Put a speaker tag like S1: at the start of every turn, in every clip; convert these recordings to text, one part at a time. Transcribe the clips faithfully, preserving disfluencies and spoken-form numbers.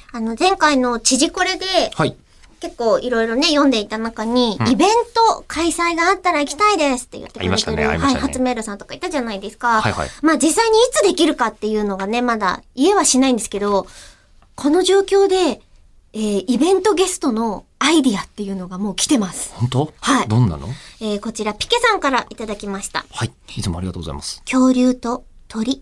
S1: あの、前回の知事これで、
S2: はい。
S1: 結構いろいろね、読んでいた中に、うん、イベント開催があったら行きたいですって言ってくれてる、ねね、はい、初メールさんとかいたじゃないですか。
S2: はいはい。
S1: まあ実際にいつできるかっていうのがね、まだ言えはしないんですけど、この状況で、えー、イベントゲストのアイディアっていうのがもう来てます。
S2: 本当？
S1: はい。
S2: どんなの？
S1: えー、こちら、ピケさんからいただきました。
S2: はい。いつもありがとうございます。
S1: 恐竜と鳥。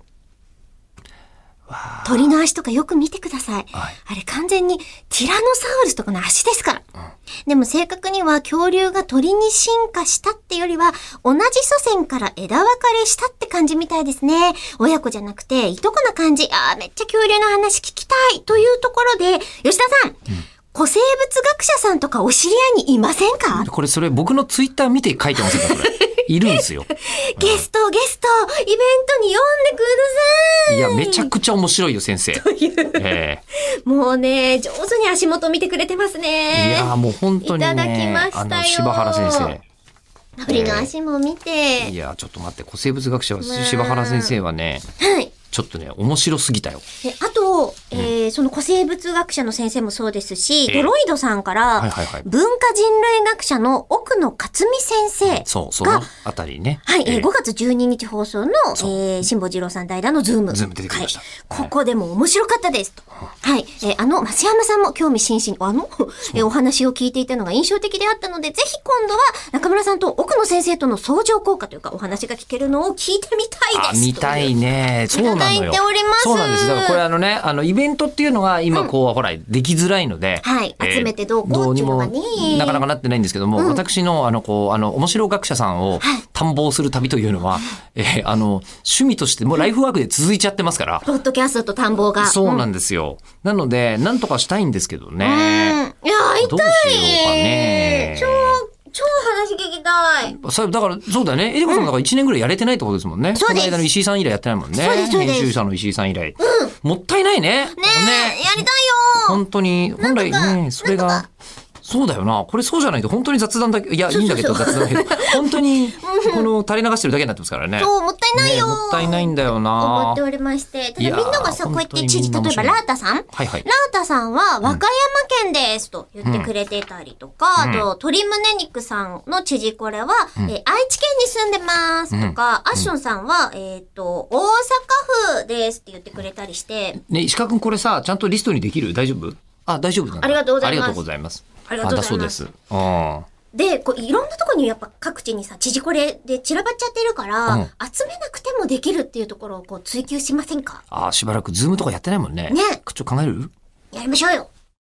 S1: 鳥の足とかよく見てください。はい、あれ完全にティラノサウルスとかの足ですから。うん、でも正確には恐竜が鳥に進化したってよりは同じ祖先から枝分かれしたって感じみたいですね。親子じゃなくていとこな感じ。あーめっちゃ恐竜の話聞きたいというところで、吉田さん。うん古生物学者さんとかお知り合いにいませんか？
S2: これそれ僕のツイッター見て書いてますかこれ。いるんですよ。
S1: ゲストゲストイベントに呼んでください。
S2: いやめちゃくちゃ面白いよ先生。
S1: という、えー、もうね上手に足元見てくれてますね。
S2: いやもう本当にね。
S1: いただきましたよ。
S2: あの柴原先生。
S1: 鳥の足も見て、
S2: えー。いやちょっと待って古生物学者は柴原先生はね。
S1: はい。
S2: ちょっとね面白すぎたよ。
S1: えあと、えー、その古生物学者の先生もそうですし、えー、ドロイドさんから、はいはいはい、文化人類学者の奥野克美先生が、
S2: そうそのあたりね、
S1: はい、えー、ごがつじゅうににち放送の、えー、辛坊治郎さん代打のズーム、
S2: ズーム出てきました。
S1: はい、ここでも面白かったですと、はい、えー、あの増山さんも興味津々あの、えー、お話を聞いていたのが印象的であったので、ぜひ今度は中村さんと奥野先生との相乗効果というかお話が聞けるのを聞いてみたいです。
S2: あ見たいね。そうなのよ。
S1: いただいております。
S2: そうなんです。だからこれあのね、あのイベントっていうのが今こう、うん、ほらできづらいので、
S1: はい、集めてどうこうっていうのがね、
S2: なかなかなってないんですけども、うん、私のあのこうあの面白学者さんを探訪する旅というのは、はい、えー、あの趣味としてもうライフワークで続いちゃってますから、
S1: ポッドキャストと探訪が、
S2: そうなんですよ。うん、なのでなんとかしたいんですけどね。
S1: うん、いや会いたい。
S2: どうしようかね。
S1: 超超話聞きたい。
S2: そだからそうだよね。えりこさんだからいちねんぐらいやれてないってことですもんね。うん、この間の石井さん以来やってないもんね。
S1: そうですそうです。
S2: 編集者の石井さん以来。
S1: うん、
S2: もったいないね。
S1: ねえ、ねやりたいよ。
S2: 本当に本来ねそれが。そうだよな。これそうじゃないと本当に雑談だけ、いや、いいんだけど雑談だけど、本当に、この垂れ流してるだけになってますからね。
S1: そう、もったいないよ、
S2: ね。もったいないんだよな。
S1: 思っておりまして。ただみんながさ、こうやって知事、例えばラータさん、
S2: はいはい、
S1: ラータさんは和歌山県ですと言ってくれてたりとか、うん、あと、鶏胸肉さんの知事これは、うん、え愛知県に住んでますとか、うん、アッションさんは、えっと、大阪府ですって言ってくれたりして。
S2: ね、石川くんこれさ、ちゃんとリストにできる？大丈夫？あ、大丈夫なんだ。
S1: ありがとうございます。
S2: ありがとうございます。
S1: ありがとうございます。
S2: だそうです。
S1: で、こういろんなところにやっぱ各地にさ、知事これで散らばっちゃってるから、うん、集めなくてもできるっていうところをこう追求しませんか？
S2: ああ、しばらくズームとかやってないもんね。
S1: ね。
S2: ちょっと考える？
S1: やりましょうよ。